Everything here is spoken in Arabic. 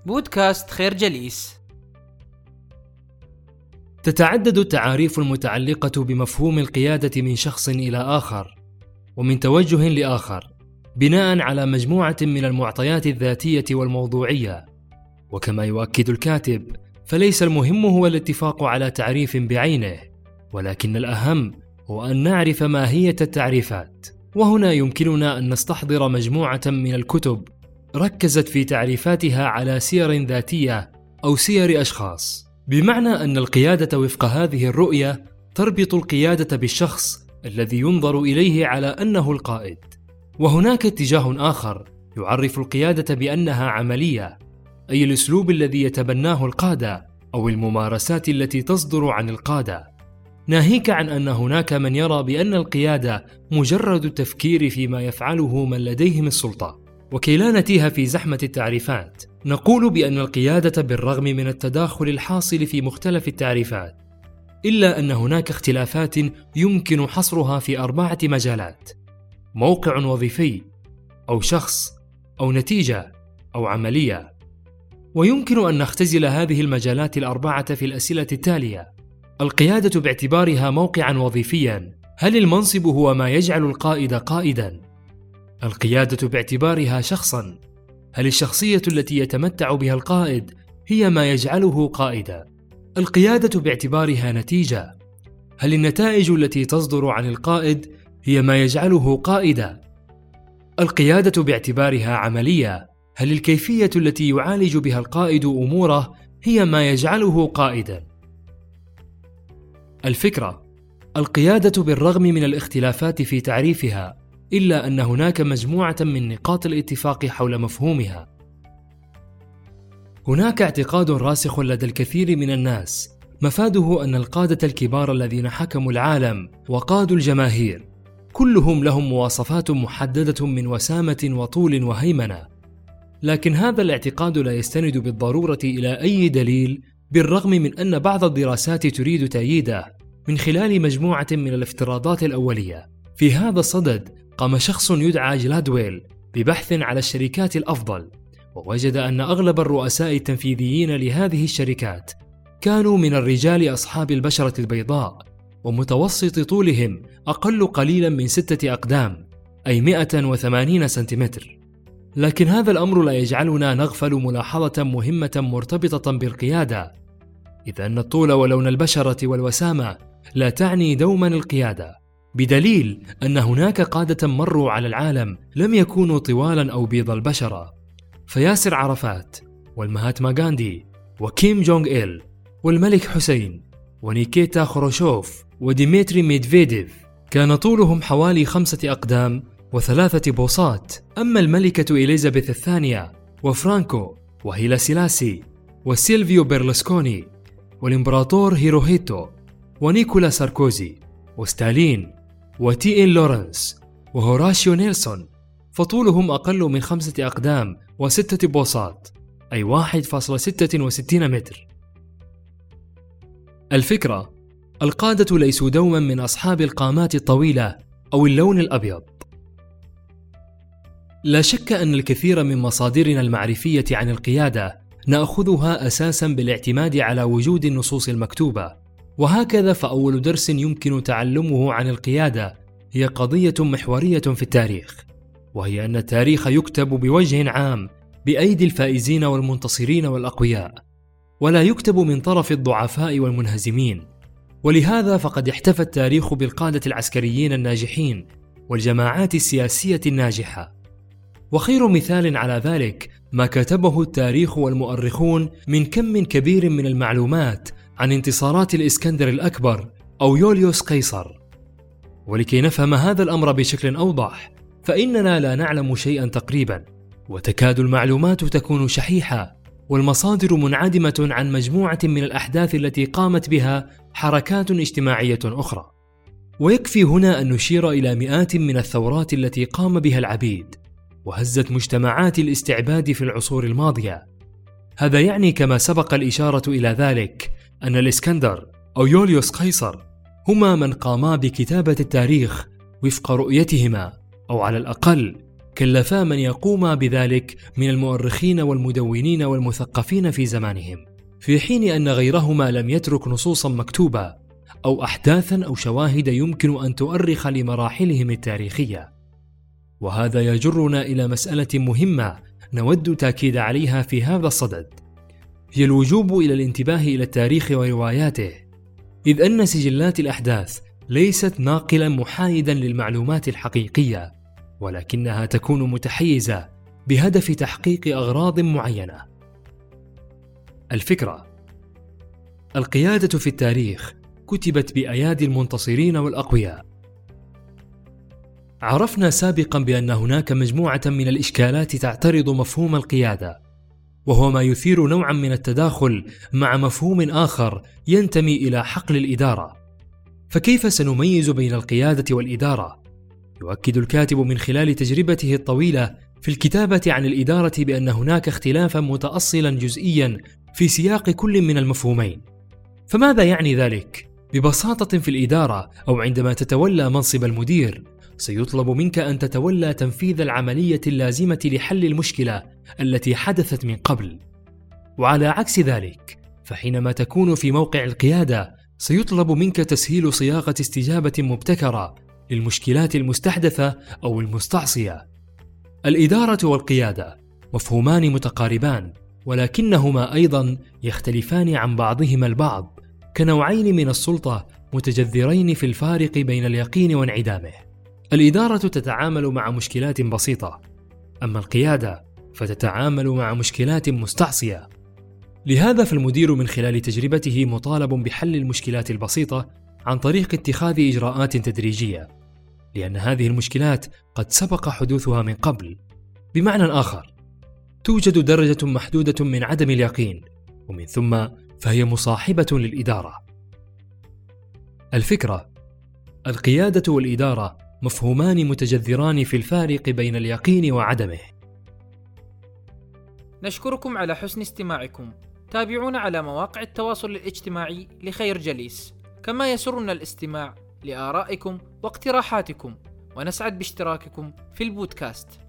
بودكاست خير جليس. تتعدد التعاريف المتعلقة بمفهوم القيادة من شخص إلى آخر ومن توجه لآخر بناء على مجموعة من المعطيات الذاتية والموضوعية. وكما يؤكد الكاتب، فليس المهم هو الاتفاق على تعريف بعينه، ولكن الأهم هو أن نعرف ماهية التعريفات. وهنا يمكننا أن نستحضر مجموعة من الكتب ركزت في تعريفاتها على سير ذاتية أو سير أشخاص، بمعنى أن القيادة وفق هذه الرؤية تربط القيادة بالشخص الذي ينظر إليه على أنه القائد. وهناك اتجاه آخر يعرف القيادة بأنها عملية، أي الأسلوب الذي يتبناه القادة أو الممارسات التي تصدر عن القادة، ناهيك عن أن هناك من يرى بأن القيادة مجرد التفكير فيما يفعله من لديهم السلطة. وكي لا نتيه في زحمة التعريفات، نقول بأن القيادة بالرغم من التداخل الحاصل في مختلف التعريفات، إلا أن هناك اختلافات يمكن حصرها في 4 مجالات: موقع وظيفي، أو شخص، أو نتيجة، أو عملية. ويمكن أن نختزل هذه المجالات ال4 في الأسئلة التالية: القيادة باعتبارها موقعا وظيفيا، هل المنصب هو ما يجعل القائد قائدا؟ القيادة باعتبارها شخصا، هل الشخصية التي يتمتع بها القائد هي ما يجعله قائدا؟ القيادة باعتبارها نتيجة، هل النتائج التي تصدر عن القائد هي ما يجعله قائدا؟ القيادة باعتبارها عملية، هل الكيفية التي يعالج بها القائد أموره هي ما يجعله قائدا؟ الفكرة: القيادة بالرغم من الاختلافات في تعريفها، إلا أن هناك مجموعة من نقاط الاتفاق حول مفهومها. هناك اعتقاد راسخ لدى الكثير من الناس مفاده أن القادة الكبار الذين حكموا العالم وقادوا الجماهير كلهم لهم مواصفات محددة من وسامة وطول وهيمنة، لكن هذا الاعتقاد لا يستند بالضرورة إلى أي دليل، بالرغم من أن بعض الدراسات تريد تأييده من خلال مجموعة من الافتراضات الأولية. في هذا الصدد قام شخص يدعى جلادويل ببحث على الشركات الأفضل، ووجد أن أغلب الرؤساء التنفيذيين لهذه الشركات كانوا من الرجال أصحاب البشرة البيضاء، ومتوسط طولهم أقل قليلا من 6 أقدام، أي 180 سنتيمتر. لكن هذا الأمر لا يجعلنا نغفل ملاحظة مهمة مرتبطة بالقيادة، إذ أن الطول ولون البشرة والوسامة لا تعني دوما القيادة، بدليل أن هناك قادة مروا على العالم لم يكونوا طوالا أو بيض البشرة، فياسر عرفات، والمهاتما غاندي، وكيم جونغ إل، والملك حسين، ونيكيتا خروشوف، وديمتري ميدفيديف كان طولهم حوالي 5 أقدام و3 بوصات. أما الملكة إليزابيث الثانية، وفرانكو، وهيلا سيلاسي، وسيلفيو بيرلسكوني، والإمبراطور هيروهيتو، ونيكولا ساركوزي، وستالين، وتي إن لورنس، وهوراشيو نيلسون، فطولهم أقل من 5 أقدام و6 بوصات، أي 1.66 متر. الفكرة: القادة ليسوا دوما من أصحاب القامات الطويلة أو اللون الأبيض. لا شك أن الكثير من مصادرنا المعرفية عن القيادة نأخذها أساسا بالاعتماد على وجود النصوص المكتوبة، وهكذا فأول درس يمكن تعلمه عن القيادة هي قضية محورية في التاريخ، وهي أن التاريخ يكتب بوجه عام بأيدي الفائزين والمنتصرين والأقوياء، ولا يكتب من طرف الضعفاء والمنهزمين. ولهذا فقد احتفى التاريخ بالقادة العسكريين الناجحين والجماعات السياسية الناجحة. وخير مثال على ذلك ما كتبه التاريخ والمؤرخون من كم كبير من المعلومات عن انتصارات الإسكندر الأكبر أو يوليوس قيصر. ولكي نفهم هذا الأمر بشكل أوضح، فإننا لا نعلم شيئا تقريبا، وتكاد المعلومات تكون شحيحة، والمصادر منعدمة عن مجموعة من الأحداث التي قامت بها حركات اجتماعية أخرى. ويكفي هنا أن نشير إلى مئات من الثورات التي قام بها العبيد وهزت مجتمعات الاستعباد في العصور الماضية. هذا يعني كما سبق الإشارة إلى ذلك أن الإسكندر أو يوليوس قيصر هما من قاما بكتابة التاريخ وفق رؤيتهما، أو على الأقل كلفا من يقوم بذلك من المؤرخين والمدونين والمثقفين في زمانهم، في حين أن غيرهما لم يترك نصوصا مكتوبة أو أحداثا أو شواهد يمكن أن تؤرخ لمراحلهم التاريخية. وهذا يجرنا إلى مسألة مهمة نود تأكيد عليها في هذا الصدد، هي الوجوب إلى الانتباه إلى التاريخ ورواياته، إذ أن سجلات الأحداث ليست ناقلا محايدا للمعلومات الحقيقية، ولكنها تكون متحيزة بهدف تحقيق أغراض معينة. الفكرة: القيادة في التاريخ كتبت بأيادي المنتصرين والأقوياء. عرفنا سابقا بأن هناك مجموعة من الإشكالات تعترض مفهوم القيادة، وهو ما يثير نوعا من التداخل مع مفهوم آخر ينتمي إلى حقل الإدارة. فكيف سنميز بين القيادة والإدارة؟ يؤكد الكاتب من خلال تجربته الطويلة في الكتابة عن الإدارة بأن هناك اختلافا متأصلا جزئيا في سياق كل من المفهومين. فماذا يعني ذلك؟ ببساطة في الإدارة أو عندما تتولى منصب المدير سيطلب منك أن تتولى تنفيذ العملية اللازمة لحل المشكلة التي حدثت من قبل. وعلى عكس ذلك، فحينما تكون في موقع القيادة سيطلب منك تسهيل صياغة استجابة مبتكرة للمشكلات المستحدثة أو المستعصية. الإدارة والقيادة مفهومان متقاربان، ولكنهما أيضا يختلفان عن بعضهما البعض كنوعين من السلطة متجذرين في الفارق بين اليقين وانعدامه. الإدارة تتعامل مع مشكلات بسيطة، أما القيادة فتتعامل مع مشكلات مستعصية. لهذا فالمدير من خلال تجربته مطالب بحل المشكلات البسيطة عن طريق اتخاذ إجراءات تدريجية، لأن هذه المشكلات قد سبق حدوثها من قبل. بمعنى آخر، توجد درجة محدودة من عدم اليقين، ومن ثم فهي مصاحبة للإدارة. الفكرة: القيادة والإدارة مفهومان متجذران في الفارق بين اليقين وعدمه. نشكركم على حسن استماعكم. تابعونا على مواقع التواصل الاجتماعي لخير جليس، كما يسرنا الاستماع لآرائكم واقتراحاتكم، ونسعد باشتراككم في البودكاست.